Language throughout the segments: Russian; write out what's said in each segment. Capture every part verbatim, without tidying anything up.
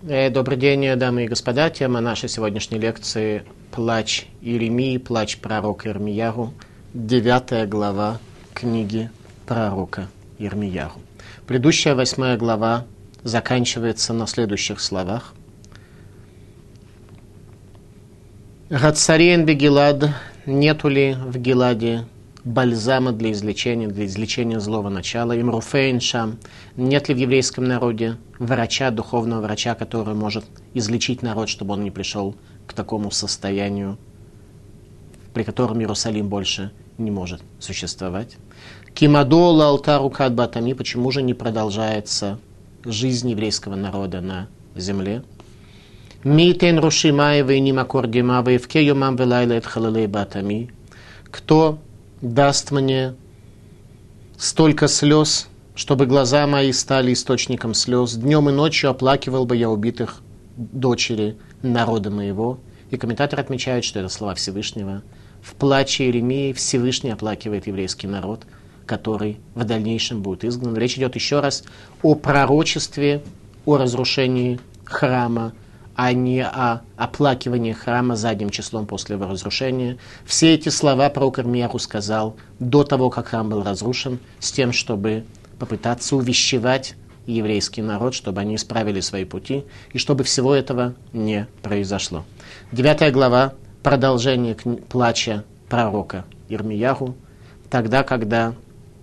Добрый день, дамы и господа. Тема нашей сегодняшней лекции «Плач Иеремии», «Плач пророка Ирмиягу», девятая глава книги пророка Ирмиягу. Предыдущая восьмая глава заканчивается на следующих словах. «Гацарен бе-Гилад, нету ли в Гиладе бальзама для излечения, для излечения злого начала, имруфейн шам, нет ли в еврейском народе врача, духовного врача, который может излечить народ, чтобы он не пришел к такому состоянию, при котором Иерусалим больше не может существовать. Кимадола алтару кадбатами, почему же не продолжается жизнь еврейского народа на земле? Митен рушимаевы нимакордимавы в кеюмам велайлет халалей батами. Кто даст мне столько слез, чтобы глаза мои стали источником слез. Днем и ночью оплакивал бы я убитых дочери народа моего. И комментаторы отмечают, что это слова Всевышнего. В плаче Иеремии Всевышний оплакивает еврейский народ, который в дальнейшем будет изгнан. Речь идет еще раз о пророчестве, о разрушении храма, а не о оплакивании храма задним числом после его разрушения. Все эти слова пророк Ирмиягу сказал до того, как храм был разрушен, с тем, чтобы попытаться увещевать еврейский народ, чтобы они исправили свои пути, и чтобы всего этого не произошло. Девятая глава, продолжение плача пророка Ирмиягу, тогда, когда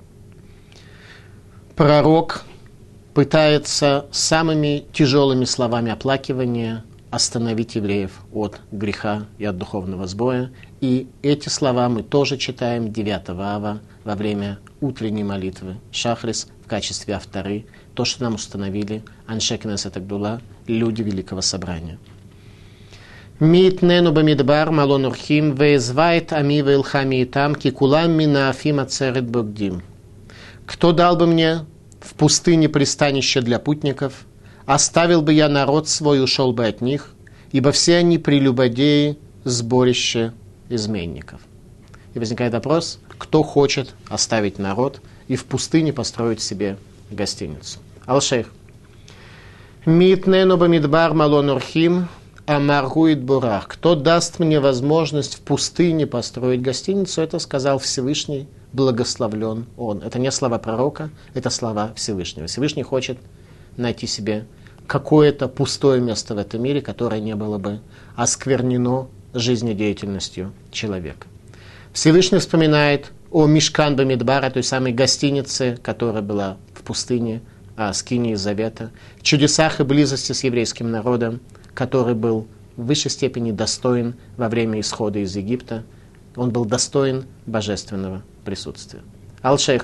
пророк пытается самыми тяжелыми словами оплакивания остановить евреев от греха и от духовного сбоя. И эти слова мы тоже читаем девятого ава во время утренней молитвы Шахрис в качестве авторы, то, что нам установили Аншей Кнесет Агдула, люди Великого Собрания. «Митнену бамидбар малон урхим везвайт ами вейлхами итам кикулам минаафим ацерет богдим». Кто дал бы мне в пустыне пристанище для путников, оставил бы я народ свой, ушел бы от них, ибо все они прелюбодеи, сборище изменников. И возникает вопрос, кто хочет оставить народ и в пустыне построить себе гостиницу. Ал-Шейх. Митнену бамидбар малон урхим амаргуит бурах. Кто даст мне возможность в пустыне построить гостиницу, это сказал Всевышний, благословлен он. Это не слова пророка, это слова Всевышнего. Всевышний хочет найти себе какое-то пустое место в этом мире, которое не было бы осквернено жизнедеятельностью человека. Всевышний вспоминает о Мишкан бамидбара, той самой гостинице, которая была в пустыне, о скинии Завета, чудесах и близости с еврейским народом, который был в высшей степени достоин во время исхода из Египта. Он был достоин божественного присутствия. Ал-Шейх.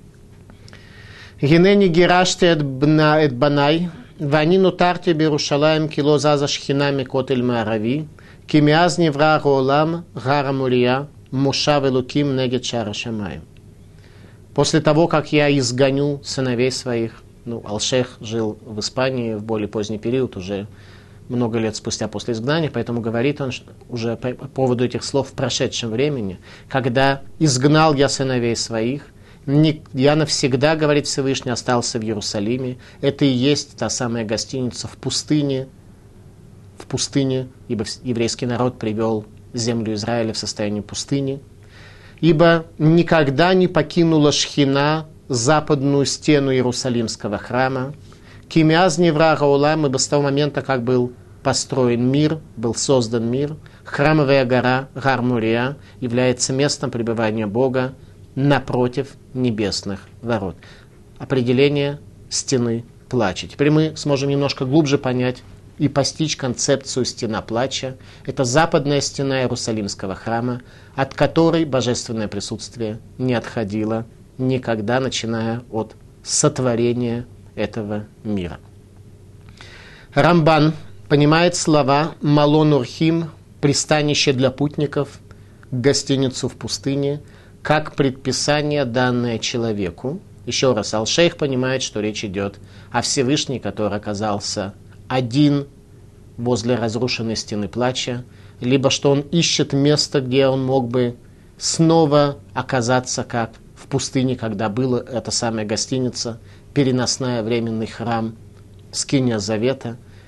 Гинени гираште эт банай, вани нутарте берушалаем кило заза шхинами котель маарави, кимиаз невра роолам гара мурия, муша велуким негет шара шамаем. После того, как я изгоню сыновей своих, ну, Ал-Шейх жил в Испании в более поздний период, уже много лет спустя после изгнания, поэтому говорит он уже по поводу этих слов в прошедшем времени, когда изгнал я сыновей своих, не, я навсегда, говорит Всевышний, остался в Иерусалиме. Это и есть та самая гостиница в пустыне, в пустыне, ибо еврейский народ привел землю Израиля в состояние пустыни. Ибо никогда не покинула Шхина западную стену Иерусалимского храма. Кимиаз невра гаулам, ибо с того момента, как был построен мир, был создан мир, храмовая гора Гар-Мурия является местом пребывания Бога напротив небесных ворот. Определение стены плача. Теперь мы сможем немножко глубже понять и постичь концепцию стена плача. Это западная стена Иерусалимского храма, от которой божественное присутствие не отходило никогда, начиная от сотворения этого мира. Рамбан понимает слова «малон урхим», пристанище для путников, гостиницу в пустыне, как предписание, данное человеку. Еще раз, Ал-Шейх понимает, что речь идет о Всевышнем, который оказался один возле разрушенной стены плача, либо что он ищет место, где он мог бы снова оказаться, как в пустыне, когда была эта самая гостиница, переносная, временный храм, скиния Завета.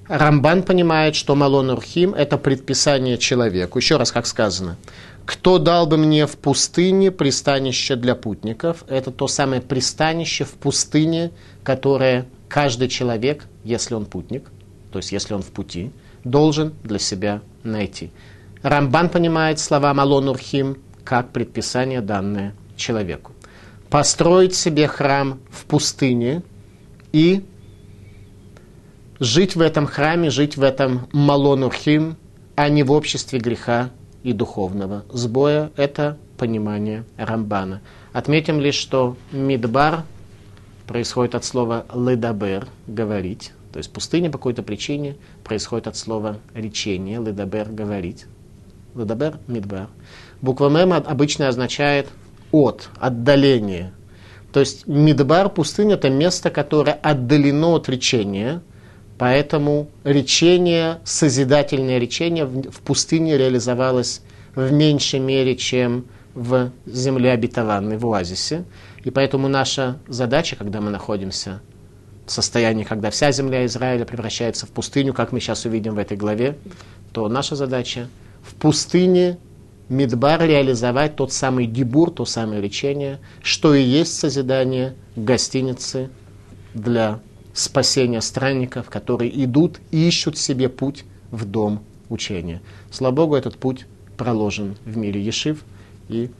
Рамбан понимает, что Малон Урхим – это предписание человеку. Еще раз, как сказано, «Кто дал бы мне в пустыне пристанище для путников?» Это то самое пристанище в пустыне, которое каждый человек, если он путник, то есть если он в пути, должен для себя найти. Рамбан понимает слова Малон Урхим как предписание, данное человеку. Построить себе храм в пустыне и жить в этом храме, жить в этом Малон Урхим, а не в обществе греха и духовного сбоя. Это понимание Рамбана. Отметим лишь, что мидбар происходит от слова ледабер, говорить. То есть пустыня по какой-то причине происходит от слова речение, ледабер, говорить. Ледабер, мидбар. Буква мем обычно означает от, отдаление. То есть мидбар, пустыня, это место, которое отдалено от речения. Поэтому речение, созидательное речение в пустыне реализовалось в меньшей мере, чем в земле обетованной, в оазисе. И поэтому наша задача, когда мы находимся в состоянии, когда вся земля Израиля превращается в пустыню, как мы сейчас увидим в этой главе, то наша задача в пустыне мидбар реализовать тот самый дибур, то самое речение, что и есть созидание гостиницы для спасения странников, которые идут и ищут себе путь в дом учения. Слава Богу, этот путь проложен в мире Ешив, и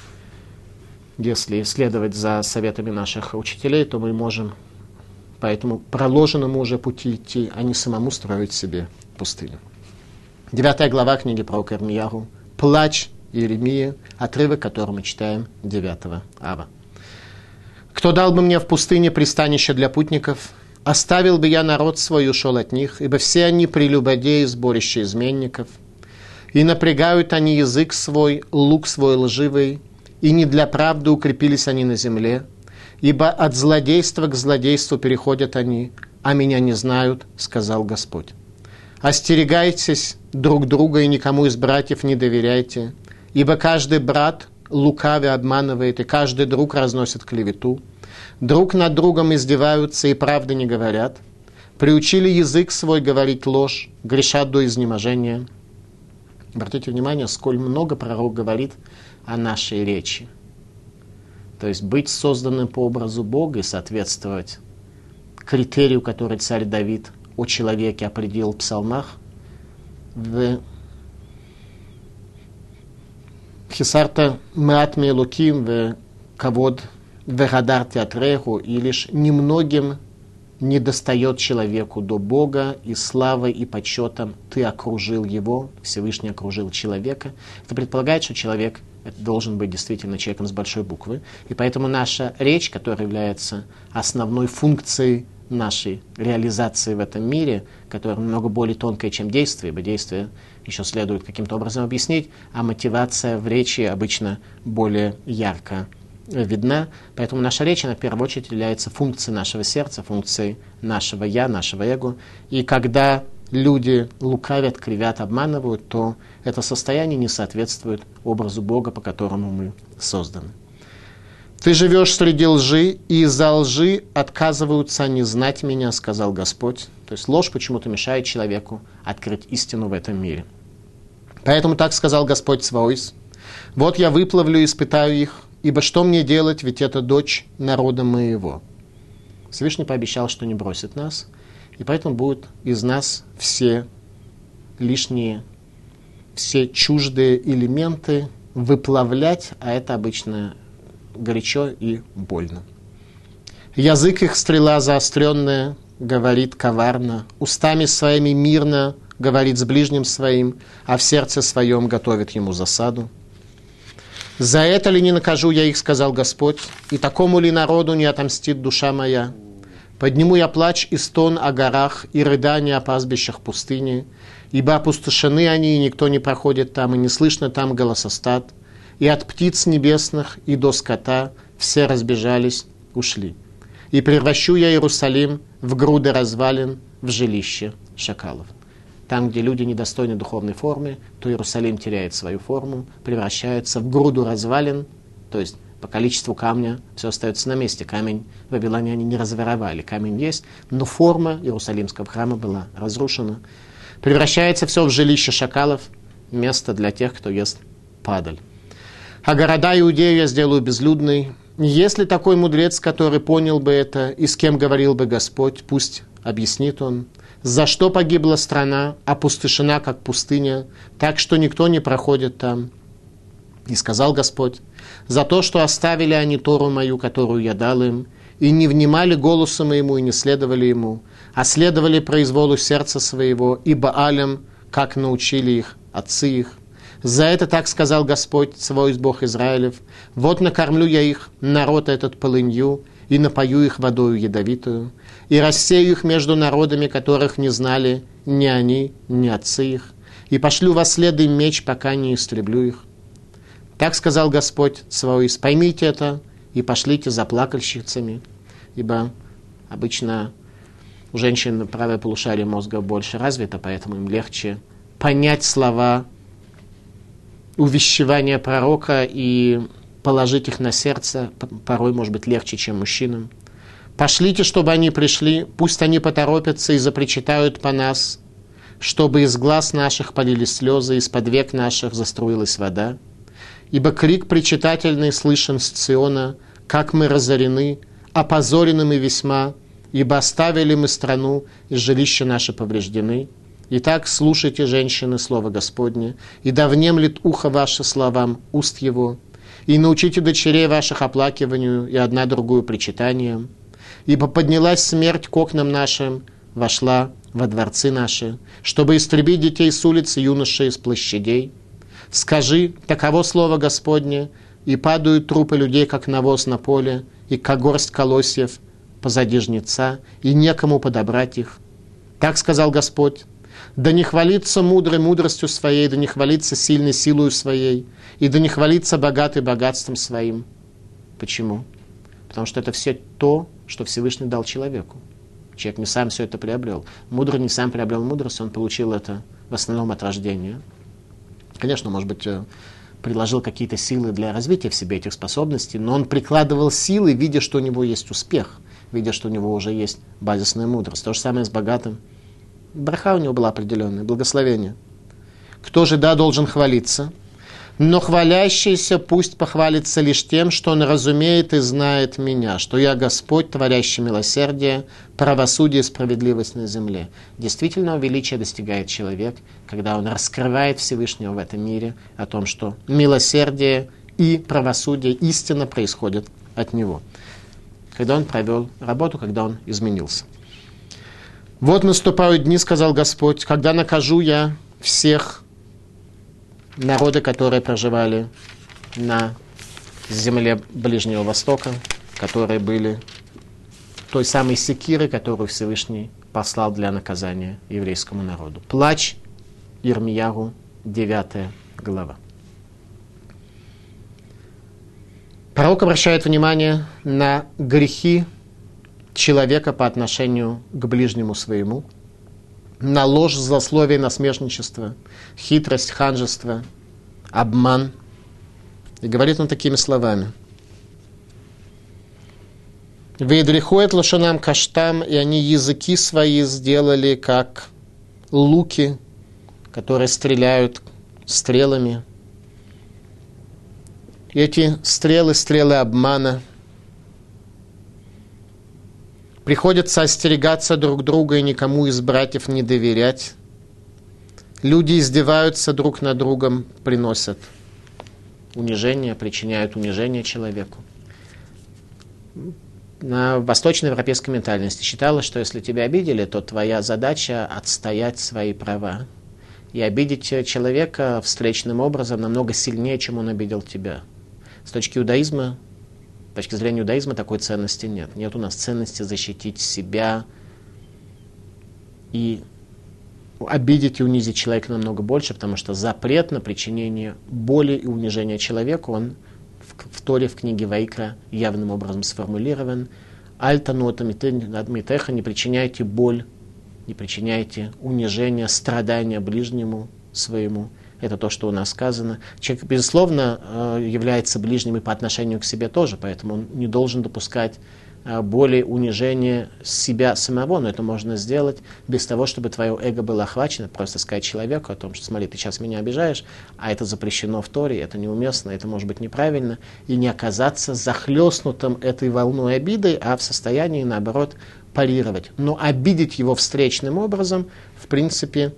если следовать за советами наших учителей, то мы можем по этому проложенному уже пути идти, а не самому строить себе пустыню. Девятая глава книги пророка Ирмиягу. Плач Иеремии, отрывок, который мы читаем девятого ава. «Кто дал бы мне в пустыне пристанище для путников, оставил бы я народ свой и ушел от них, ибо все они прелюбодеи, сборище изменников, и напрягают они язык свой, лук свой лживый, и не для правды укрепились они на земле, ибо от злодейства к злодейству переходят они, а меня не знают, сказал Господь. Остерегайтесь друг друга и никому из братьев не доверяйте, ибо каждый брат лукавый обманывает, и каждый друг разносит клевету. Друг над другом издеваются и правды не говорят. Приучили язык свой говорить ложь, грешат до изнеможения». Обратите внимание, сколь много пророк говорит о нашей речи. То есть быть созданным по образу Бога и соответствовать критерию, который царь Давид о человеке определил в псалмах, в хисарта меатми луким в кавод в гадар театреху, и лишь немногим не достает человеку до Бога, и славой, и почетом ты окружил его, Всевышний окружил человека. Это предполагает, что человек должен быть действительно человеком с большой буквы. И поэтому наша речь, которая является основной функцией нашей реализации в этом мире, которая намного более тонкая, чем действие, ибо действие еще следует каким-то образом объяснить, а мотивация в речи обычно более ярко видна. Поэтому наша речь, она в первую очередь является функцией нашего сердца, функцией нашего «я», нашего эго. И когда люди лукавят, кривят, обманывают, то это состояние не соответствует образу Бога, по которому мы созданы. «Ты живешь среди лжи, и из-за лжи отказываются не знать меня, сказал Господь». То есть ложь почему-то мешает человеку открыть истину в этом мире. «Поэтому так сказал Господь Цваойс: вот я выплавлю и испытаю их, ибо что мне делать, ведь это дочь народа моего». Всевышний пообещал, что не бросит нас, и поэтому будут из нас все лишние, все чуждые элементы выплавлять, а это обычно горячо и больно. «Язык их стрела заостренная, говорит коварно, устами своими мирно говорит с ближним своим, а в сердце своем готовит ему засаду. За это ли не накажу я их, сказал Господь, и такому ли народу не отомстит душа моя? Подниму я плач и стон о горах, и рыдание о пастбищах пустыни, ибо опустошены они, и никто не проходит там, и не слышно там голосостат, и от птиц небесных, и до скота все разбежались, ушли. И превращу я Иерусалим в груды развалин, в жилище шакалов». Там, где люди недостойны духовной формы, то Иерусалим теряет свою форму, превращается в груду развалин, то есть По количеству камня все остается на месте. Камень в Вавилоне они не разворовали. Камень есть, но форма Иерусалимского храма была разрушена. Превращается все в жилище шакалов, место для тех, кто ест падаль. А города Иудею я сделаю безлюдной. Если такой мудрец, который понял бы это, и с кем говорил бы Господь, пусть объяснит он, за что погибла страна, опустошена, как пустыня, так что никто не проходит там. И сказал Господь, за то, что оставили они Тору мою, которую я дал им, и не внимали голосу моему, и не следовали ему, а следовали произволу сердца своего, и Баалям, как научили их отцы их. За это так сказал Господь, свой Бог Израилев, вот накормлю я их, народ этот, полынью, и напою их водою ядовитую, и рассею их между народами, которых не знали ни они, ни отцы их, и пошлю во следы меч, пока не истреблю их. Так сказал Господь свой, поймите это и пошлите за плакальщицами, ибо обычно у женщин правое полушарие мозга больше развито, поэтому им легче понять слова увещевания пророка и положить их на сердце, порой может быть легче, чем мужчинам. Пошлите, чтобы они пришли, пусть они поторопятся и запричитают по нас, чтобы из глаз наших полились слезы, из-под век наших заструилась вода. Ибо крик причитательный слышен с Циона, как мы разорены, опозорены мы весьма, ибо оставили мы страну, и жилища наши повреждены. Итак, слушайте, женщины, слово Господне, и да внемлет ухо ваше словам уст его, и научите дочерей ваших оплакиванию, и одна другую причитанием. Ибо поднялась смерть к окнам нашим, вошла во дворцы наши, чтобы истребить детей с улиц и юношей из площадей. Скажи, таково слово Господне, и падают трупы людей, как навоз на поле, и как горсть колосьев позади жнеца, и некому подобрать их. Так сказал Господь, да не хвалится мудрый мудростью своей, да не хвалится сильной силою своей, и да не хвалится богатый богатством своим. Почему? Потому что это все то, что Всевышний дал человеку. Человек не сам все это приобрел. Мудрый не сам приобрел мудрость, он получил это в основном от рождения. Конечно, может быть, приложил какие-то силы для развития в себе этих способностей, но он прикладывал силы, видя, что у него есть успех, видя, что у него уже есть базисная мудрость. То же самое с богатым. Браха у него была определенная, благословение. Кто же, да, должен хвалиться? Но хвалящийся пусть похвалится лишь тем, что он разумеет и знает меня, что я Господь, творящий милосердие, правосудие и справедливость на земле. Действительно, величия достигает человек, когда он раскрывает Всевышнего в этом мире, о том, что милосердие и правосудие, истина происходят от него. Когда он провел работу, когда он изменился. Вот наступают дни, сказал Господь, когда накажу я всех народы, которые проживали на земле Ближнего Востока, которые были той самой секирой, которую Всевышний послал для наказания еврейскому народу. Плач Ирмиягу, девятая глава. Пророк обращает внимание на грехи человека по отношению к ближнему своему, на ложь, злословие, насмешничество, хитрость, ханжество, обман. И говорит он такими словами. «Вейдрихует лошанам каштам», и они языки свои сделали, как луки, которые стреляют стрелами. И эти стрелы, стрелы обмана. Приходится остерегаться друг друга и никому из братьев не доверять. Люди издеваются друг над другом, приносят унижение, причиняют унижение человеку. На восточноевропейской ментальности считалось, что если тебя обидели, то твоя задача отстоять свои права. И обидеть человека встречным образом намного сильнее, чем он обидел тебя. С точки иудаизма, с точки зрения иудаизма такой ценности нет. Нет у нас ценности защитить себя и обидеть и унизить человека намного больше, потому что запрет на причинение боли и унижения человеку, он в, в Торе, в книге Ваикра явным образом сформулирован. Альтанута митеха, не причиняйте боль, не причиняйте унижение, страдания ближнему своему, Это то, что у нас сказано. Человек, безусловно, является ближним и по отношению к себе тоже, поэтому он не должен допускать боли, унижения себя самого, но это можно сделать без того, чтобы твое эго было охвачено, просто сказать человеку о том, что смотри, ты сейчас меня обижаешь, а это запрещено в Торе, это неуместно, это может быть неправильно, и не оказаться захлестнутым этой волной обидой, а в состоянии, наоборот, парировать. Но обидеть его встречным образом, в принципе,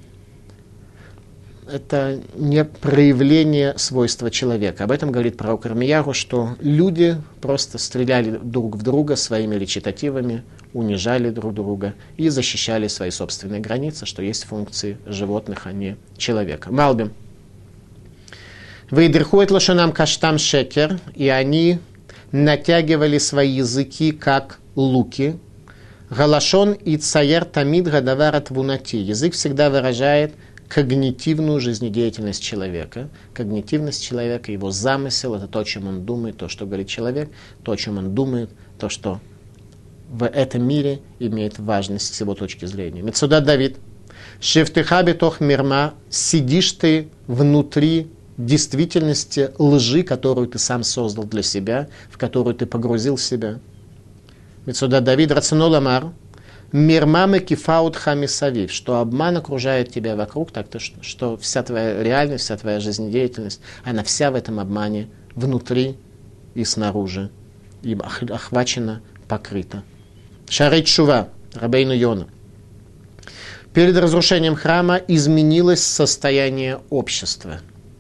это не проявление свойства человека. Об этом говорит пророк Ирмияру, что люди просто стреляли друг в друга своими речитативами, унижали друг друга и защищали свои собственные границы, что есть функции животных, а не человека. Малбим. «Вейдрхует лошанам каштам шекер», и они натягивали свои языки, как луки. «Галашон и цаер тамид гадаварат вунати». Язык всегда выражает когнитивную жизнедеятельность человека. Когнитивность человека, его замысел, это то, о чем он думает, то, что говорит человек, то, о чем он думает, то, что в этом мире имеет важность с его точки зрения. Мецуда Давид. Шефтыха бетох мирма, сидишь ты внутри действительности лжи, которую ты сам создал для себя, в которую ты погрузил себя. Мецуда Давид, рацинол амар. Мирмамы кифаут хамисавив, что обман окружает тебя вокруг, так то, что вся твоя реальность, вся твоя жизнедеятельность, она вся в этом обмане, внутри и снаружи, и охвачена, покрыта. Шарей Тшува, Рабейну Йона. Перед разрушением храма изменилось состояние общества.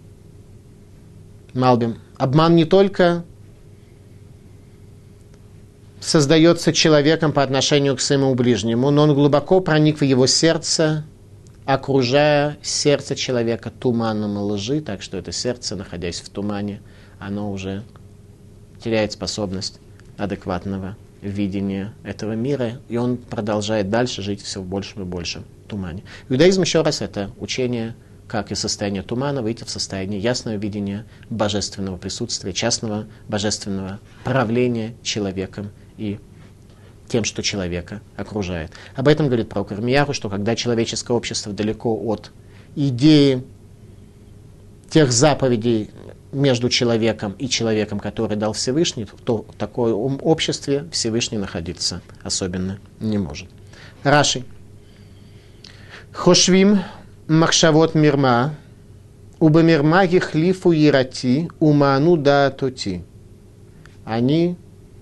Малбим. Обман не только создается человеком по отношению к своему ближнему, но он глубоко проник в его сердце, окружая сердце человека туманом лжи, так что это сердце, находясь в тумане, оно уже теряет способность адекватного видения этого мира, и он продолжает дальше жить все в большем и большем тумане. Иудаизм, еще раз, это учение, как из состояния тумана выйти в состояние ясного видения божественного присутствия, частного божественного правления человеком и тем, что человека окружает. Об этом говорит пророк Ирмияру, что когда человеческое общество далеко от идеи тех заповедей между человеком и человеком, который дал Всевышний, то в таком обществе Всевышний находиться особенно не может. Раши. Хошвим махшавот мирма, уба мирма гихлифу ирати, уману даатоти. Они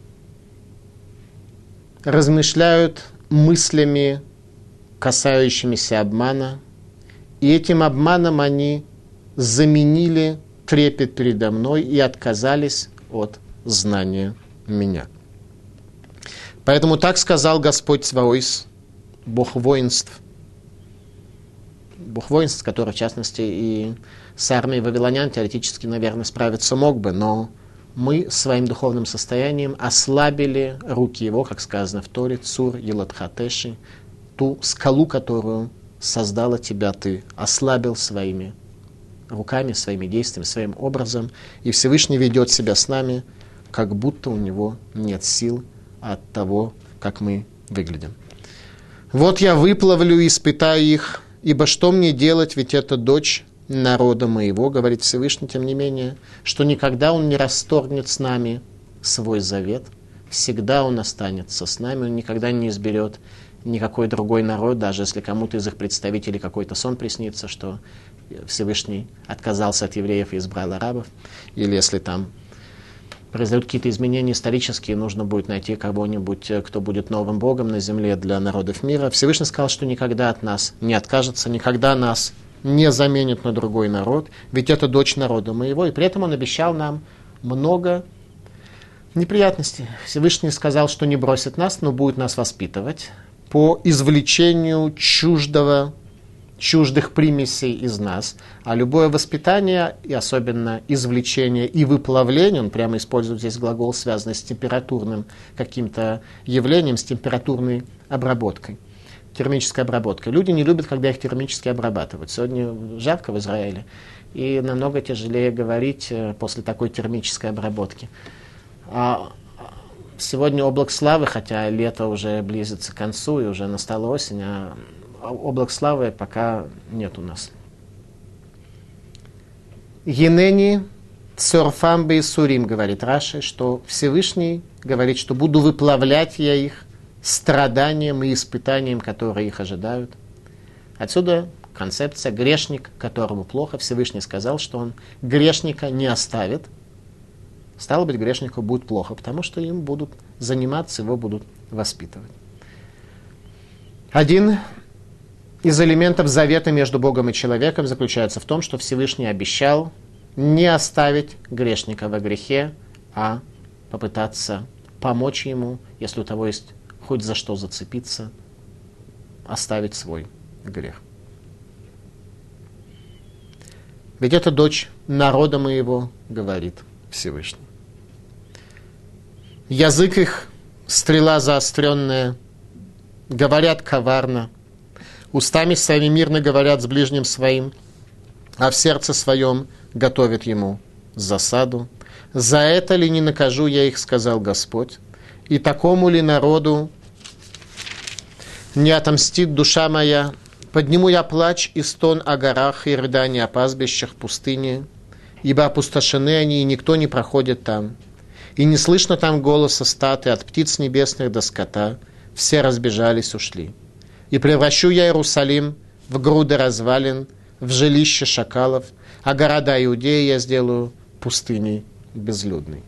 размышляют мыслями, касающимися обмана, и этим обманом они заменили трепет передо мной и отказались от знания меня. Поэтому так сказал Господь Цваойс, Бог воинств, Бог воинств, который, в частности, и с армией вавилонян теоретически, наверное, справиться мог бы, но мы своим духовным состоянием ослабили руки его, как сказано в Торе, Цур Елатхатеши, ту скалу, которую создала тебя ты, ослабил своими руками, своими действиями, своим образом, и Всевышний ведет себя с нами, как будто у него нет сил от того, как мы выглядим. Вот я выплавлю и испытаю их, ибо что мне делать, ведь это дочь народа моего, говорит Всевышний, тем не менее, что никогда он не расторгнет с нами свой завет, всегда он останется с нами, он никогда не изберет никакой другой народ, даже если кому-то из их представителей какой-то сон приснится, что Всевышний отказался от евреев и избрал арабов, или если там произойдут какие-то изменения исторические, нужно будет найти кого-нибудь, кто будет новым богом на земле для народов мира. Всевышний сказал, что никогда от нас не откажется, никогда нас не заменит на другой народ, ведь это дочь народа моего, и при этом он обещал нам много неприятностей. Всевышний сказал, что не бросит нас, но будет нас воспитывать по извлечению чуждого, чуждых примесей из нас, а любое воспитание, и особенно извлечение и выплавление, он прямо использует здесь глагол, связанный с температурным каким-то явлением, с температурной обработкой. Термическая обработка. Люди не любят, когда их термически обрабатывают. Сегодня жарко в Израиле, и намного тяжелее говорить после такой термической обработки. А сегодня облак славы, хотя лето уже близится к концу, и уже настала осень, а облак славы пока нет у нас. Енени цорфам бейсурим, говорит Раши, что Всевышний говорит, что буду выплавлять я их страданием и испытанием, которые их ожидают. Отсюда концепция грешник, которому плохо. Всевышний сказал, что он грешника не оставит. Стало быть, грешнику будет плохо, потому что им будут заниматься, его будут воспитывать. Один из элементов завета между Богом и человеком заключается в том, что Всевышний обещал не оставить грешника во грехе, а попытаться помочь ему, если у того есть хоть за что зацепиться, оставить свой грех. Ведь это дочь народа моего, говорит Всевышний. Язык их, стрела заостренная, говорят коварно, устами своими мирно говорят с ближним своим, а в сердце своем готовят ему засаду. За это ли не накажу я их, сказал Господь, и такому ли народу не отомстит душа моя? Подниму я плач и стон о горах и рыдание о пастбищах пустыни, ибо опустошены они, и никто не проходит там. И не слышно там голоса статы от птиц небесных до скота, все разбежались, ушли. И превращу я Иерусалим в груды развалин, в жилище шакалов, а города Иудеи я сделаю пустыней безлюдной.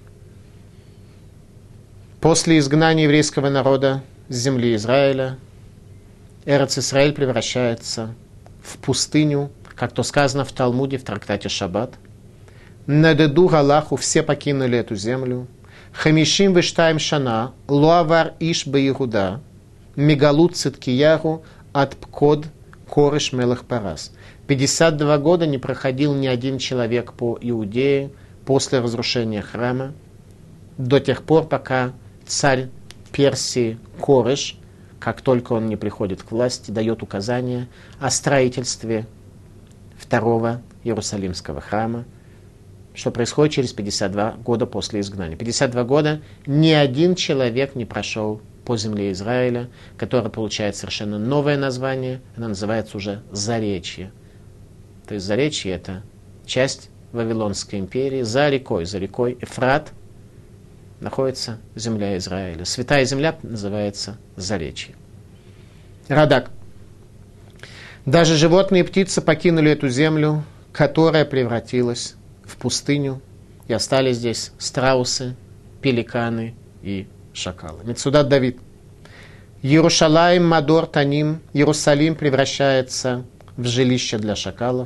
После изгнания еврейского народа с земли Израиля Эрец Исраэль превращается в пустыню, как то сказано в Талмуде, в трактате Шаббат. Надеду Галаху, все покинули эту землю. Хамишим вештаим шана, луавар иш беигуда, мегалут циткияру от пкод кореш мелах парас. пятьдесят два года не проходил ни один человек по Иудее после разрушения храма, до тех пор, пока царь Персии Кореш, как только он не приходит к власти, дает указания о строительстве второго Иерусалимского храма, что происходит через пятьдесят два года после изгнания. пятьдесят два года ни один человек не прошел по земле Израиля, которая получает совершенно новое название, она называется уже Заречье. То есть Заречье – это часть Вавилонской империи, за рекой, за рекой Эфрат находится земля Израиля. Святая земля называется Заречье. Радак. Даже животные и птицы покинули эту землю, которая превратилась в пустыню, и остались здесь страусы, пеликаны и шакалы. Мецудат Давид. Иерушалаим Мадор Таним. Иерусалим превращается в жилище для шакалов.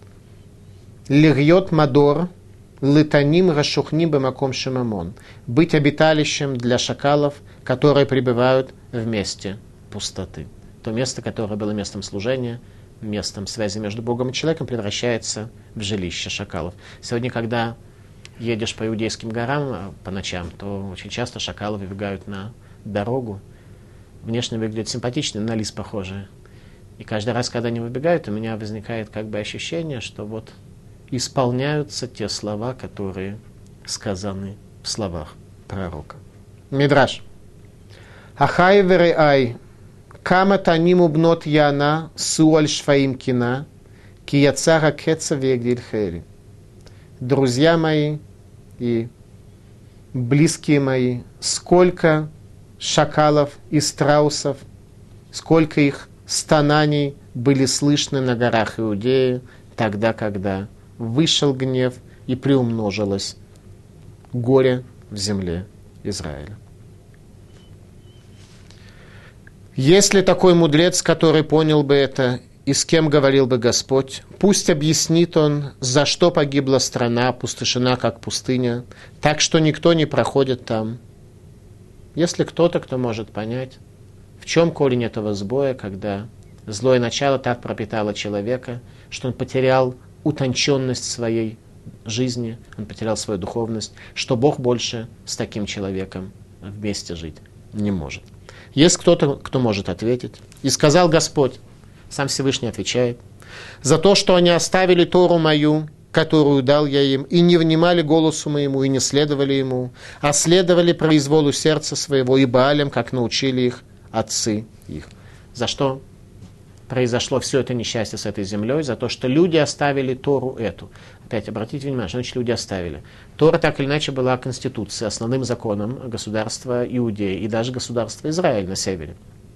Лирьот Мадор. Лытаним Рашухни Бамаком Шимамон. Быть обиталищем для шакалов, которые пребывают в месте пустоты. То место, которое было местом служения, местом связи между Богом и человеком, превращается в жилище шакалов. Сегодня, когда едешь по Иудейским горам по ночам, то очень часто шакалы выбегают на дорогу. Внешне выглядят симпатично, на лис похожие. И каждый раз, когда они выбегают, у меня возникает как бы ощущение, что вот исполняются те слова, которые сказаны в словах пророка. Мидраш. Ахай вере ай. Кама таниму бнот яна суаль шфаим кина, ки яцара кеца вегдиль хери. Друзья мои и близкие мои, сколько шакалов и страусов, сколько их стонаний были слышны на горах Иудеи, тогда, когда вышел гнев и приумножилось горе в земле Израиля. Есть ли такой мудрец, который понял бы это, и с кем говорил бы Господь? Пусть объяснит он, за что погибла страна, опустошена, как пустыня, так что никто не проходит там. Если кто-то, кто может понять, в чем корень этого сбоя, когда злое начало так пропитало человека, что он потерял утонченность своей жизни, он потерял свою духовность, что Бог больше с таким человеком вместе жить не может. Есть кто-то, кто может ответить. И сказал Господь, сам Всевышний отвечает, за то, что они оставили Тору мою, которую дал я им, и не внимали голосу моему, и не следовали ему, а следовали произволу сердца своего и Баалям, как научили их отцы их. За что произошло все это несчастье с этой землей, за то, что люди оставили Тору эту. Опять обратите внимание, что значит люди оставили. Тора так или иначе была конституцией, основным законом государства Иудеи и даже государства Израиль на севере.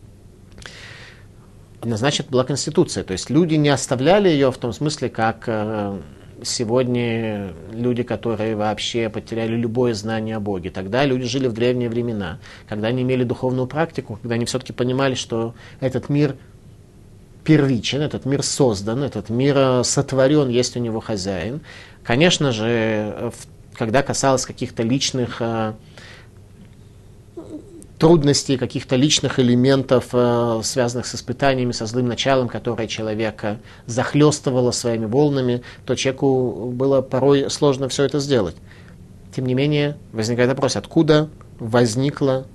Однозначно была конституция, то есть люди не оставляли ее в том смысле, как сегодня люди, которые вообще потеряли любое знание о Боге. Тогда люди жили в древние времена, когда они имели духовную практику, когда они все-таки понимали, что этот мир первичен, этот мир создан, этот мир сотворен, есть у него хозяин. Конечно же, когда касалось каких-то личных трудностей, каких-то личных элементов, связанных с испытаниями, со злым началом, которое человека захлестывало своими волнами, то человеку было порой сложно все это сделать. Тем не менее, возникает вопрос, откуда возникла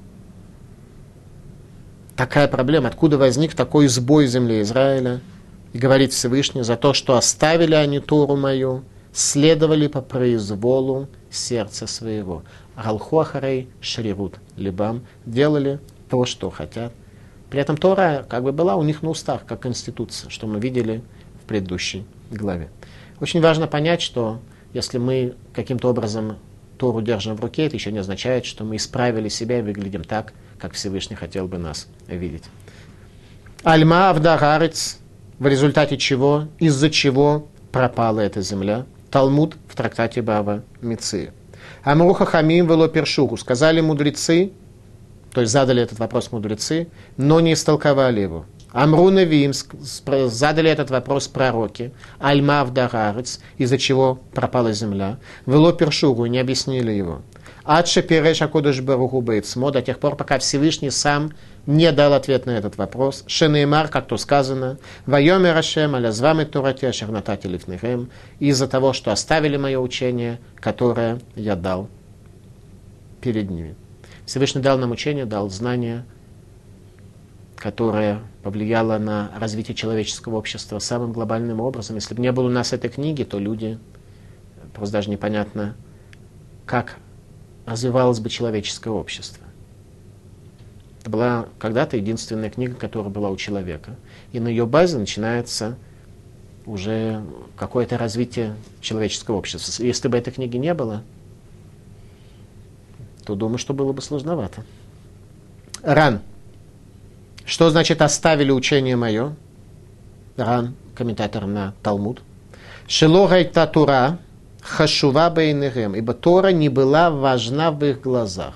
такая проблема, откуда возник такой сбой в земле Израиля? И говорит Всевышний, за то, что оставили они Тору мою, следовали по произволу сердца своего. Галху ахарей шаривут либам, делали то, что хотят. При этом Тора как бы была у них на устах, как конституция, что мы видели в предыдущей главе. Очень важно понять, что если мы каким-то образом Тору держим в руке, это еще не означает, что мы исправили себя и выглядим так, как Всевышний хотел бы нас видеть. Альма авдагарец, в результате чего, из-за чего пропала эта земля. Талмуд в трактате Бава Меция. Амру хахамим вело першуху. Сказали мудрецы, то есть задали этот вопрос мудрецы, но не истолковали его. Амру навиим, задали этот вопрос пророки. Альма авдагарец, из-за чего пропала земля. Вело першуху, не объяснили его. Адше переш акодыш баруху бейцмо, до тех пор, пока Всевышний сам не дал ответ на этот вопрос. Шенеймар, как то сказано, вайомер Ашем алязвам и турати ашернатати лифнехем, из-за того, что оставили мое учение, которое я дал перед ними. Всевышний дал нам учение, дал знание, которое повлияло на развитие человеческого общества самым глобальным образом. Если бы не было у нас этой книги, то люди, просто даже непонятно, как развивалось бы человеческое общество. Это была когда-то единственная книга, которая была у человека. И на ее базе начинается уже какое-то развитие человеческого общества. Если бы этой книги не было, то думаю, что было бы сложновато. Ран. Что значит оставили учение мое? Ран, комментатор на Талмуд. Шело гайта Тура хашува бейнехем, ибо Тора не была важна в их глазах.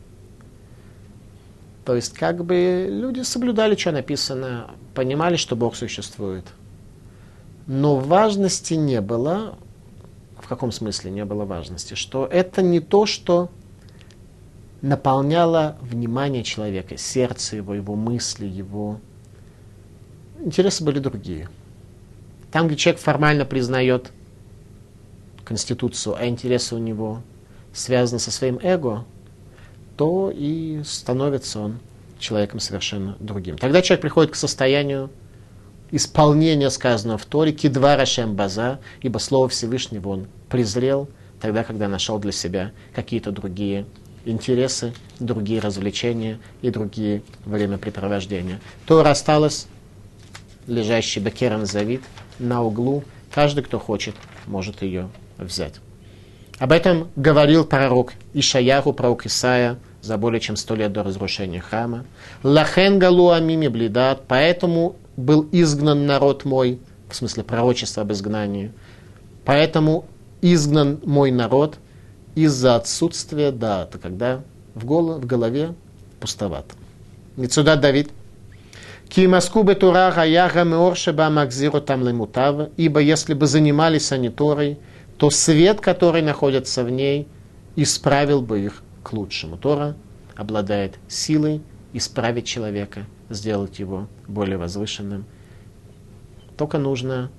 То есть, как бы люди соблюдали, что написано, понимали, что Бог существует. Но важности не было. В каком смысле не было важности? Что это не то, что наполняло внимание человека, сердце его, его мысли, его интересы были другие. Там, где человек формально признает Конституцию, а интересы у него связаны со своим эго, то и становится он человеком совершенно другим. Тогда человек приходит к состоянию исполнения сказанного в Торе, кидвар ашем база, ибо слово Всевышнего он презрел, тогда, когда нашел для себя какие-то другие интересы, другие развлечения и другие времяпрепровождения. Тора осталась лежащей бекером завид на углу. Каждый, кто хочет, может ее взять. Об этом говорил пророк Ишаяху, пророк Исаия, за более чем сто лет до разрушения храма. Лахен галу амими блидат, поэтому был изгнан народ мой, в смысле пророчества об изгнании, поэтому изгнан мой народ из-за отсутствия дата, когда в голове, в голове пустовато. Мецуда Давид. Кимаску бетура гаяга меор шеба макзиру там лемутава, ибо если бы занимались они Торой, то свет, который находится в ней, исправил бы их к лучшему. Тора обладает силой исправить человека, сделать его более возвышенным. Только нужно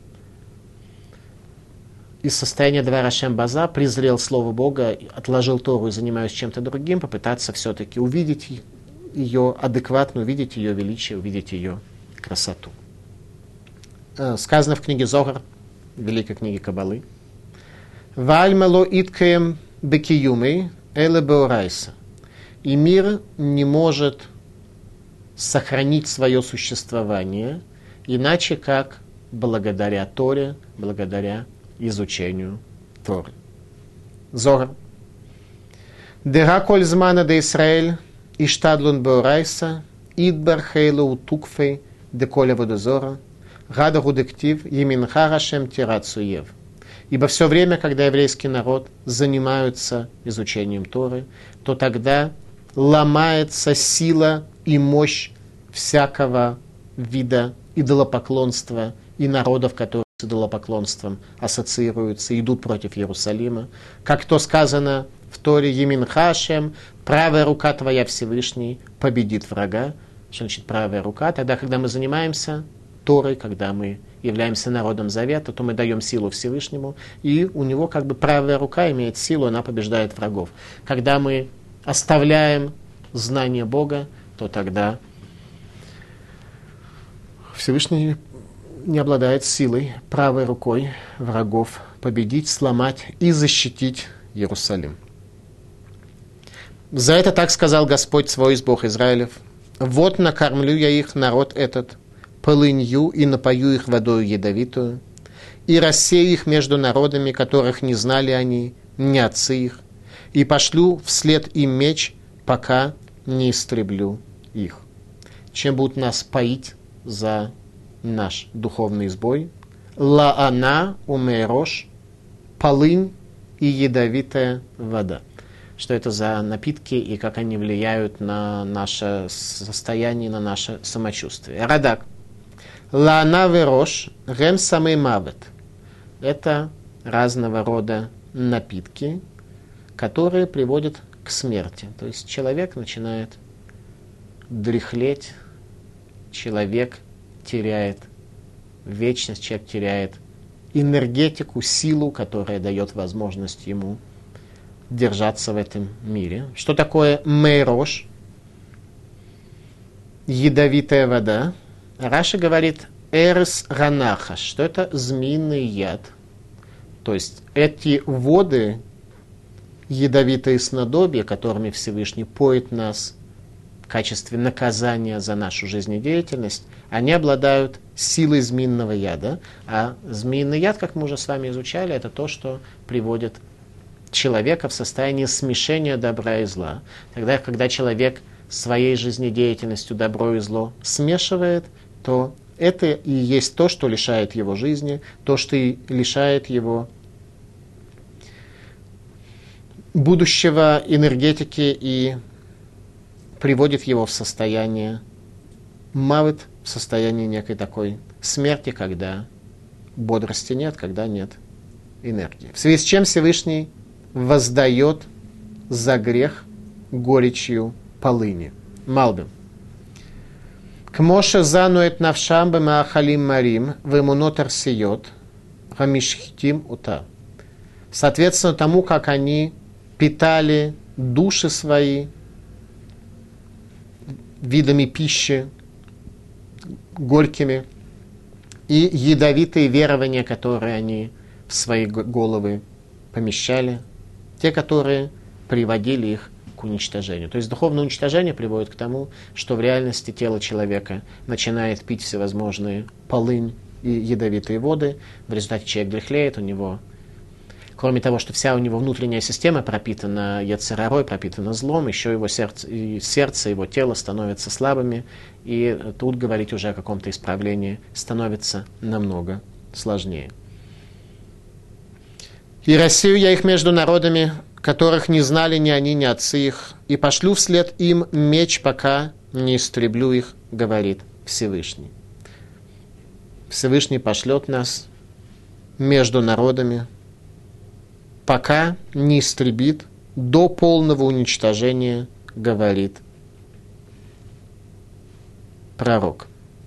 из состояния двара Ашем База, презрел Слово Бога, отложил Тору и занимаюсь чем-то другим, попытаться все-таки увидеть ее адекватно, увидеть ее величие, увидеть ее красоту. Сказано в книге Зогар, великой книге Каббалы, «Вальмало иткаем бекиюмей эле беорайса». И мир не может сохранить свое существование, иначе как благодаря Торе, благодаря изучению Торы. Зора. Дера коль змана де Исраэль, иштадлун беорайса, идбар хейлу утукфей, де коля водозора, гада гудектив, еминха рашем тирацуев. Ибо все время, когда еврейский народ занимаются изучением Торы, то тогда ломается сила и мощь всякого вида идолопоклонства и народов, которые с идолопоклонством ассоциируются, идут против Иерусалима. Как то сказано в Торе, Емин Хашем, правая рука твоя Всевышний победит врага. Что значит правая рука? Тогда, когда мы занимаемся Торой, когда мы являемся народом Завета, то мы даем силу Всевышнему, и у него как бы правая рука имеет силу, она побеждает врагов. Когда мы оставляем знание Бога, то тогда Всевышний не обладает силой правой рукой врагов победить, сломать и защитить Иерусалим. За это так сказал Господь свой, Бог Израилев: «Вот накормлю я их, народ этот, полынью и напою их водою ядовитую, и рассею их между народами, которых не знали они, ни отцы их, и пошлю вслед им меч, пока не истреблю их». Чем будут нас поить за наш духовный сбой? Лаана умейрош, полынь и ядовитая вода. Что это за напитки и как они влияют на наше состояние, на наше самочувствие. Радак. Лаана верош, гем самый мавет. Это разного рода напитки, которые приводят к смерти. То есть человек начинает дряхлеть, человек теряет вечность, человек теряет энергетику, силу, которая дает возможность ему держаться в этом мире. Что такое мейрош? Ядовитая вода. Раша говорит эрс ранахаш, что это змеиный яд. То есть эти воды, ядовитые снадобья, которыми Всевышний поет нас в качестве наказания за нашу жизнедеятельность, они обладают силой змеиного яда. А змеиный яд, как мы уже с вами изучали, это то, что приводит человека в состояние смешения добра и зла. Тогда, когда человек своей жизнедеятельностью добро и зло смешивает, то это и есть то, что лишает его жизни, то, что и лишает его будущего, энергетики и приводит его в состояние мавет, в состояние некой такой смерти, когда бодрости нет, когда нет энергии. В связи с чем Всевышний воздает за грех горечью полыни. Малбим. Кмоша занует навшам бемаахалим марим вемунот арсиот хамишхитим ута. Соответственно тому, как они питали души свои видами пищи, горькими, и ядовитые верования, которые они в свои головы помещали, те, которые приводили их к уничтожению. То есть духовное уничтожение приводит к тому, что в реальности тело человека начинает пить всевозможные полынь и ядовитые воды, в результате человек дряхлеет, у него, кроме того, что вся у него внутренняя система пропитана яцер ара, пропитана злом, еще его сердце, и сердце, его тело становятся слабыми, и тут говорить уже о каком-то исправлении становится намного сложнее. «И рассею я их между народами, которых не знали ни они, ни отцы их, и пошлю вслед им меч, пока не истреблю их, говорит Всевышний». Всевышний пошлет нас между народами, пока не истребит, до полного уничтожения, говорит пророк.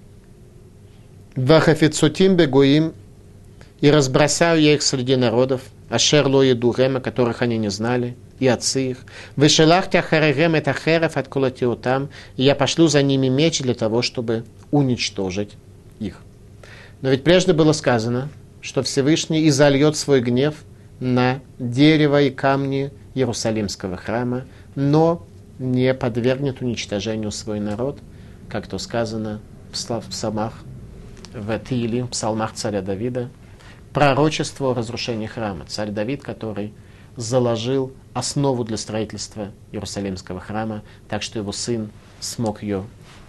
«Вахафицутим бегуим, и разбросаю я их среди народов, ашер ло еду гема, которых они не знали, и отцы их. Вышелахте ахарегем это херев от колотиотам, и я пошлю за ними меч для того, чтобы уничтожить их». Но ведь прежде было сказано, что Всевышний изольет свой гнев на дерево и камни Иерусалимского храма, но не подвергнет уничтожению свой народ, как то сказано в псалмах в Тиилим, в псалмах царя Давида, пророчество о разрушении храма. Царь Давид, который заложил основу для строительства Иерусалимского храма, так что его сын смог ее,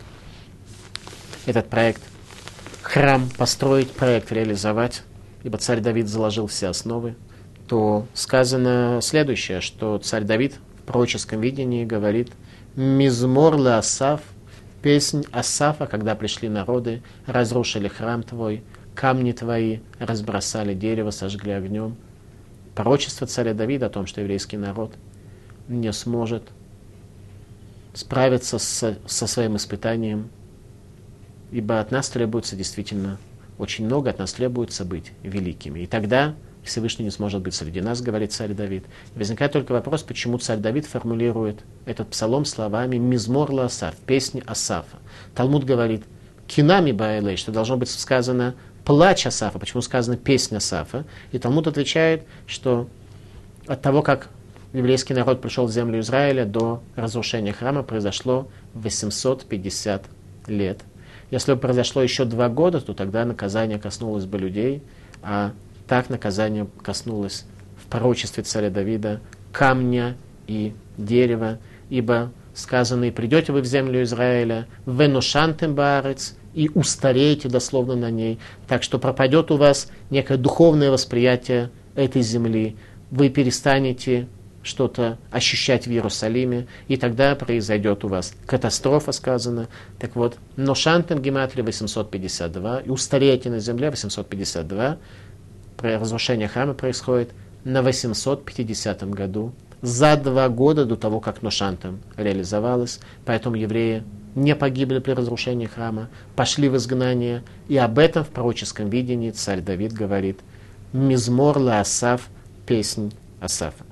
этот проект, храм построить, проект реализовать, ибо царь Давид заложил все основы, то сказано следующее, что царь Давид в пророческом видении говорит «Мизмор ле Асаф», песнь Асафа, когда пришли народы, разрушили храм твой, камни твои разбросали, дерево сожгли огнем. Пророчество царя Давида о том, что еврейский народ не сможет справиться со, со своим испытанием, ибо от нас требуется действительно очень много, от нас требуется быть великими. И тогда Всевышний не сможет быть среди нас, говорит царь Давид. И возникает только вопрос, почему царь Давид формулирует этот псалом словами «Мизмор ла Асаф», песни Асафа. Талмуд говорит «Кинами баэлэй», что должно быть сказано «плач Асафа». Почему сказано «песня Асафа»? И Талмуд отвечает, что от того, как еврейский народ пришел в землю Израиля, до разрушения храма произошло восемьсот пятьдесят лет. Если бы произошло еще два года, то тогда наказание коснулось бы людей, а так наказание коснулось в пророчестве царя Давида камня и дерева, ибо сказано, и придете вы в землю Израиля, венушантем баарец, и устареете дословно на ней, так что пропадет у вас некое духовное восприятие этой земли, вы перестанете что-то ощущать в Иерусалиме, и тогда произойдет у вас катастрофа, сказано. Так вот, ношантем гематрия восемьсот пятьдесят два, и устареете на земле восемьсот пятьдесят два, разрушение храма происходит на восемьсот пятидесятом году, за два года до того, как Ношантем реализовалось. Поэтому евреи не погибли при разрушении храма, пошли в изгнание. И об этом в пророческом видении царь Давид говорит «Мизмор ла Асаф», песнь Асафа.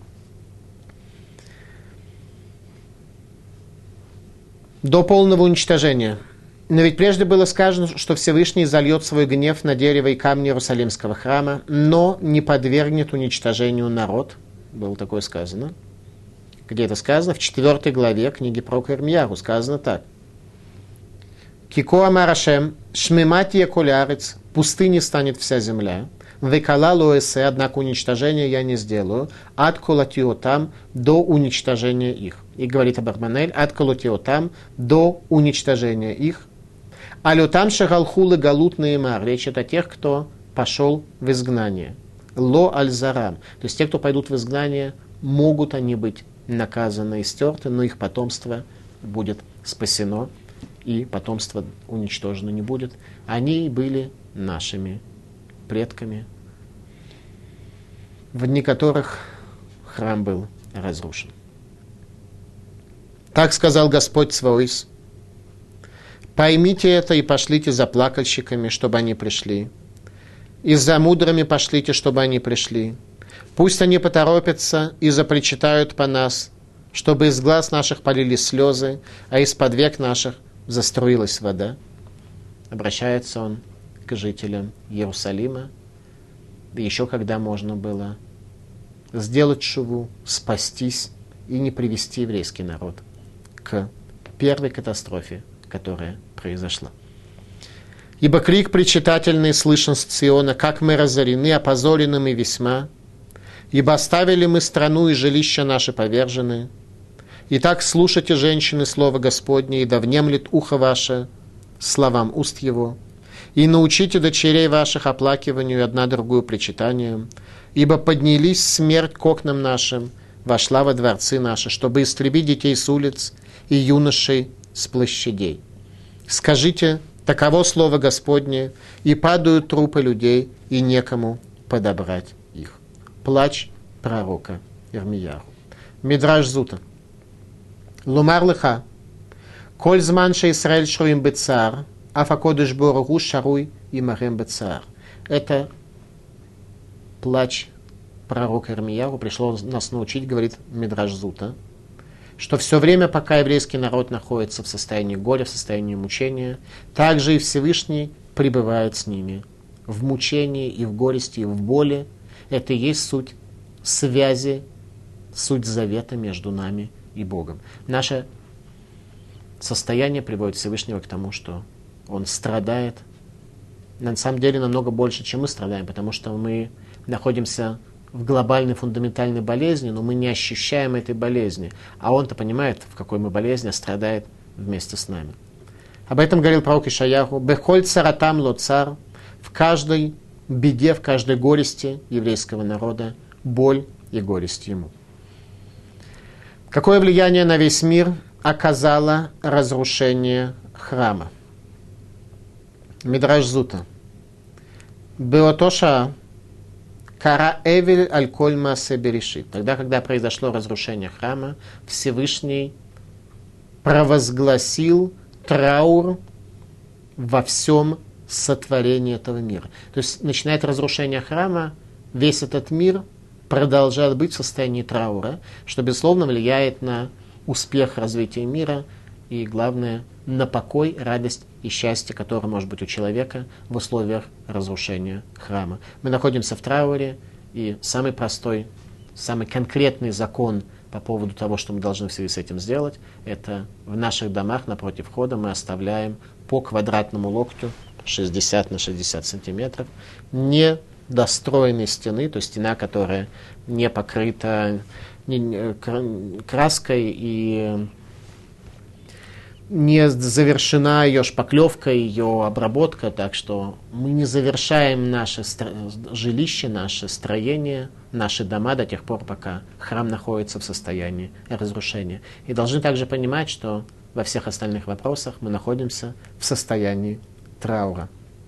До полного уничтожения. Но ведь прежде было сказано, что Всевышний зальет свой гнев на дерево и камни Иерусалимского храма, но не подвергнет уничтожению народ. Было такое сказано. Где это сказано? В четвертой главе книги пророка Ирмияру сказано так. «Кико амар Ашем, шмематия колярец, пустыни станет вся земля, векала лоэсе, однако уничтожение я не сделаю, от колотиотам до уничтожения их». И говорит Абарманель, от колотиотам до уничтожения их. Алютам шагалхулы галут наимар. Речь идет о тех, кто пошел в изгнание. Ло аль-зарам. То есть те, кто пойдут в изгнание, могут они быть наказаны и стерты, но их потомство будет спасено, и потомство уничтожено не будет. Они были нашими предками, в дни которых храм был разрушен. Так сказал Господь Цваоис. Поймите это и пошлите за плакальщиками, чтобы они пришли. И за мудрыми пошлите, чтобы они пришли. Пусть они поторопятся и запричитают по нас, чтобы из глаз наших полились слезы, а из-под век наших заструилась вода. Обращается он к жителям Иерусалима, да еще когда можно было сделать шуву, спастись и не привести еврейский народ к первой катастрофе, которая произошла. Ибо крик причитательный слышен с Циона, как мы разорены, опозорены мы весьма. Ибо оставили мы страну, и жилища наши повержены. Итак, слушайте, женщины, слово Господне, и да внемлет ухо ваше словам уст его. И научите дочерей ваших оплакиванию и одна другую причитанию. Ибо поднялись смерть к окнам нашим, вошла во дворцы наши, чтобы истребить детей с улиц и юношей с площадей. Скажите, таково слово Господне, и падают трупы людей, и некому подобрать их. Плач пророка Ирмияру. Мидраш Зута. Лумар лыха. Коль зман ше Исраэль шруим бецар, афакодыш борогу шаруй и марем бецар. Это плач пророка Ирмияру. Пришло нас научить, говорит Мидраш Зута, что все время, пока еврейский народ находится в состоянии горя, в состоянии мучения, также и Всевышний пребывает с ними в мучении и в горести, и в боли. Это и есть суть связи, суть завета между нами и Богом. Наше состояние приводит Всевышнего к тому, что Он страдает на самом деле намного больше, чем мы страдаем, потому что мы находимся в глобальной фундаментальной болезни, но мы не ощущаем этой болезни. А он-то понимает, в какой мы болезни, а страдает вместе с нами. Об этом говорил пророк Ишаяху. «Бехоль царатам ло цар». В каждой беде, в каждой горести еврейского народа боль и горесть ему. Какое влияние на весь мир оказало разрушение храма? Мидраш Зута. Беотоша кара эвель аль коль маасе берешит. Тогда, когда произошло разрушение храма, Всевышний провозгласил траур во всем сотворении этого мира. То есть начинает разрушение храма, весь этот мир продолжает быть в состоянии траура, что, безусловно, влияет на успех развития мира и, главное, на покой, радость и счастье, которое может быть у человека в условиях разрушения храма. Мы находимся в трауре, и самый простой, самый конкретный закон по поводу того, что мы должны в связи с этим сделать, это в наших домах напротив входа мы оставляем по квадратному локтю шестьдесят на шестьдесят сантиметров недостроенной стены, то есть стена, которая не покрыта краской и не завершена ее шпаклевка, ее обработка, так что мы не завершаем наше стро- жилище, наше строение, наши дома до тех пор, пока храм находится в состоянии разрушения. И должны также понимать, что во всех остальных вопросах мы находимся в состоянии траура.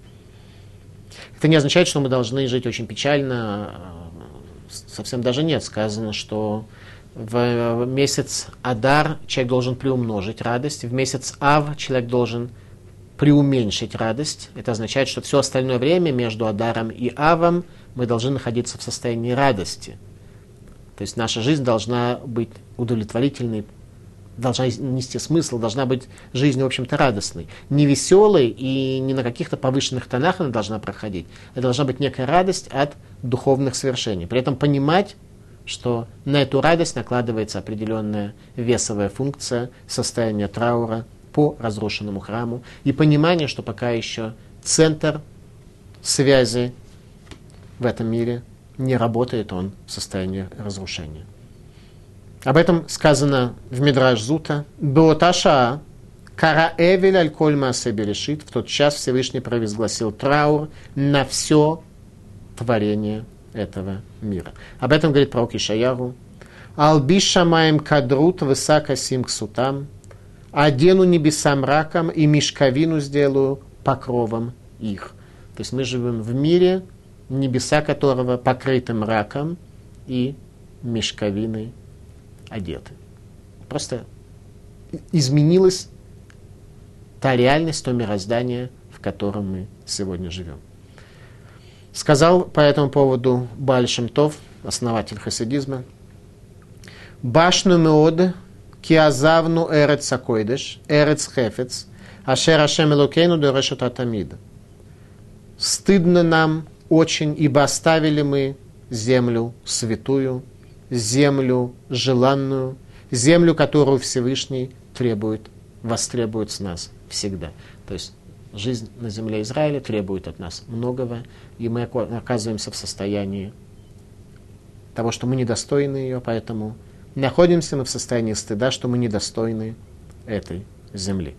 Это не означает, что мы должны жить очень печально, совсем даже нет. Сказано, что в месяц Адар человек должен приумножить радость, в месяц Ав человек должен преуменьшить радость. Это означает, что все остальное время между Адаром и Авом мы должны находиться в состоянии радости. То есть наша жизнь должна быть удовлетворительной, должна нести смысл, должна быть жизнь, в общем-то, радостной. Не веселой и не на каких-то повышенных тонах она должна проходить. Это должна быть некая радость от духовных свершений. При этом понимать, что на эту радость накладывается определенная весовая функция состояния траура по разрушенному храму и понимание, что пока еще центр связи в этом мире не работает, он в состоянии разрушения. Об этом сказано в Мидраш Зута. «Беоташа кара эвель аль коль маасе берешит». В тот час Всевышний провозгласил траур на все творение этого мира. Об этом говорит пророк Ишаяху. «Албиш шамаем кадрут высака сим ксутам». «Одену небеса мраком и мешковину сделаю покровом их». То есть мы живем в мире, небеса которого покрыты мраком и мешковиной одеты. Просто изменилась та реальность, то мироздание, в котором мы сегодня живем. Сказал по этому поводу Бааль Шем Тов, основатель хасидизма: «Башну меод ки азавну эрец акойдеш, эрец хефец, ашер ашем элокейну дорешет атамид». Стыдно нам очень, ибо оставили мы землю святую, землю желанную, землю, которую Всевышний требует, востребует с нас всегда. То есть жизнь на земле Израиля требует от нас многого, и мы оказываемся в состоянии того, что мы недостойны ее, поэтому находимся мы в состоянии стыда, что мы недостойны этой земли.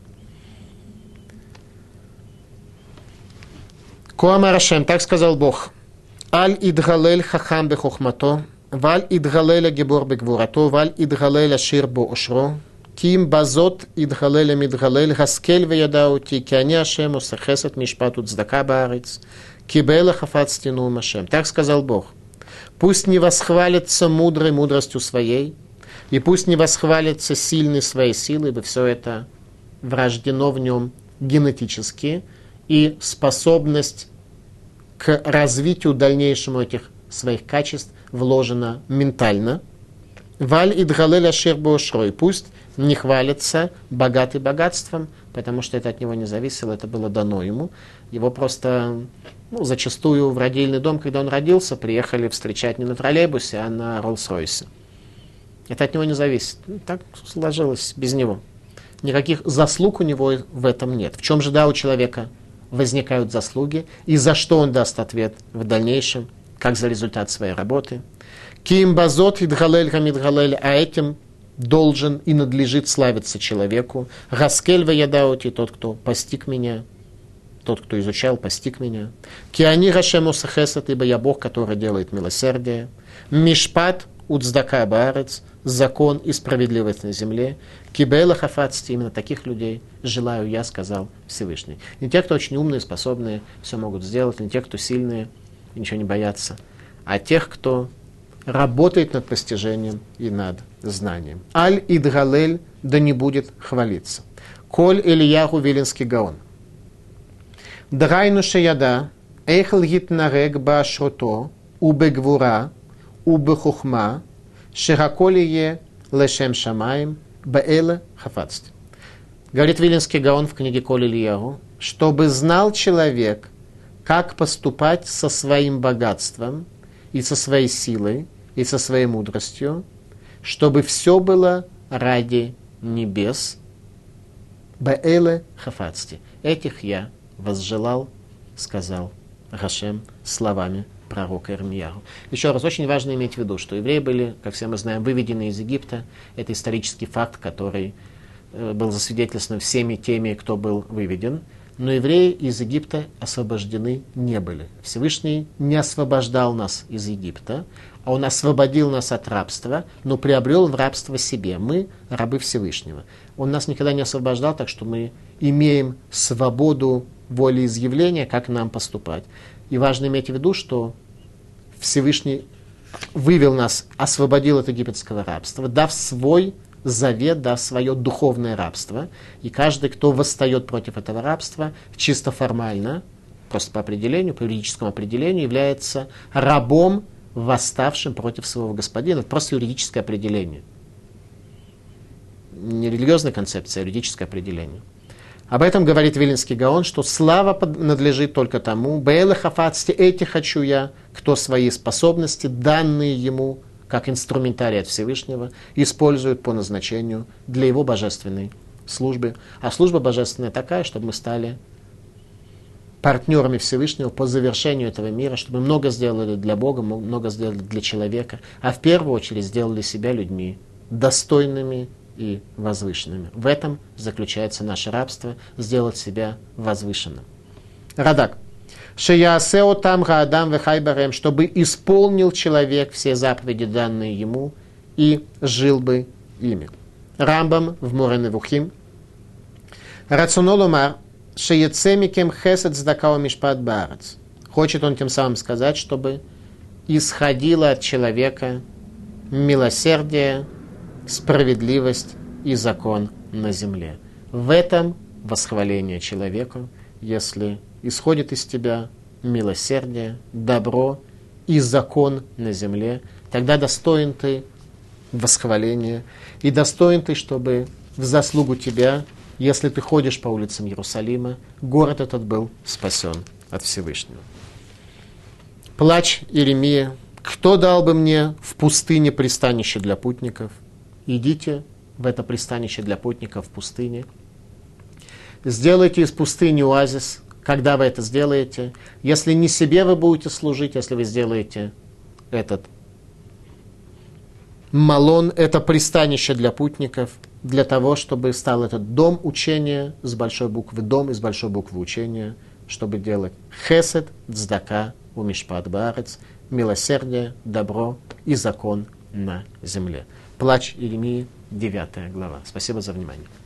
Коамар Ашем, так сказал Бог: «Аль идгалель хахам бехохмато, валь идгалеля гебор бегвурато, валь идгалеля шир бо ошро, ким базот идгалеля мидгалель, хаскель веядаути, киани Ашем усахесет мишпату цдака баарец, кибела хафат стену Машем». Так сказал Бог: «Пусть не восхвалится мудрой мудростью своей, и пусть не восхвалится сильной своей силой, ибо все это врождено в нем генетически, и способность к развитию дальнейшему этих своих качеств вложена ментально. Валь идгалель ашер бошрой, пусть не хвалится богатый богатством, потому что это от него не зависело, это было дано ему. Его просто, ну, зачастую в родильный дом, когда он родился, приехали встречать не на троллейбусе, а на Роллс-Ройсе. Это от него не зависит. Так сложилось без него. Никаких заслуг у него в этом нет. В чем же, да, у человека возникают заслуги, и за что он даст ответ в дальнейшем, как за результат своей работы. Ким базот идгалель хамидгалель, а этим должен и надлежит славиться человеку. Раскель ваядаути, тот, кто постиг меня, тот, кто изучал, постиг меня. Киани рашему сахесат, ибо я Бог, который делает милосердие. Мишпат уцдака баарец, закон и справедливость на земле. Кибейла хафацти, именно таких людей желаю я, сказал Всевышний. Не те, кто очень умные, способные, все могут сделать, не те, кто сильные, ничего не боятся, а тех, кто работает над постижением и над знанием. Аль-Идгалель, да не будет хвалиться. Коль Ильяху Вилинский Гаон. Драйну шеяда, эйхл гитнарек башрото, убе гвура, убе хухма, широколие лешем шамаем, баэла хафацти. Говорит Вилинский Гаон в книге Коль Ильяху, чтобы знал человек, как поступать со своим богатством и со своей силой, и со своей мудростью, чтобы все было ради небес. Баэле хафацти. Этих я возжелал, сказал Гашем словами пророка Ирмияху. Еще раз, очень важно иметь в виду, что евреи были, как все мы знаем, выведены из Египта. Это исторический факт, который был засвидетельствован всеми теми, кто был выведен. Но евреи из Египта освобождены не были. Всевышний не освобождал нас из Египта, а Он освободил нас от рабства, но приобрел в рабство себе. Мы рабы Всевышнего. Он нас никогда не освобождал, так что мы имеем свободу волеизъявления, как нам поступать. И важно иметь в виду, что Всевышний вывел нас, освободил от египетского рабства, дав свой завет, дав свое духовное рабство. И каждый, кто восстает против этого рабства, чисто формально, просто по определению, по юридическому определению, является рабом, восставшим против своего господина. Это просто юридическое определение. Не религиозная концепция, а юридическое определение. Об этом говорит Вилинский Гаон, что слава надлежит только тому, бээлэ хафацти, эти хочу я, кто свои способности, данные ему, как инструментарий от Всевышнего, используют по назначению для его божественной службы. А служба божественная такая, чтобы мы стали партнерами Всевышнего по завершению этого мира, чтобы мы много сделали для Бога, много сделали для человека, а в первую очередь сделали себя людьми достойными и возвышенными. В этом заключается наше рабство, сделать себя возвышенным. Радак. Шеясео там гаадам вехайбарем, чтобы исполнил человек все заповеди, данные ему, и жил бы ими. Рамбам в Море Невухим. Рацунолумар шеецемикем хесед здакао мишпат баарец. Хочет он тем самым сказать, чтобы исходило от человека милосердие, справедливость и закон на земле. В этом восхваление человеку, если исходит из тебя милосердие, добро и закон на земле, тогда достоин ты восхваления, и достоин ты, чтобы в заслугу тебя, если ты ходишь по улицам Иерусалима, город этот был спасен от Всевышнего. Плач Иеремия. Кто дал бы мне в пустыне пристанище для путников? Идите в это пристанище для путников в пустыне. Сделайте из пустыни оазис. Когда вы это сделаете, если не себе вы будете служить, если вы сделаете этот малон, это пристанище для путников, для того, чтобы стал этот дом учения с большой буквы дом и с большой буквы учения, чтобы делать хесед, цдака, умишпат баарец, милосердие, добро и закон на земле. Плач Иеремии, девятая глава. Спасибо за внимание.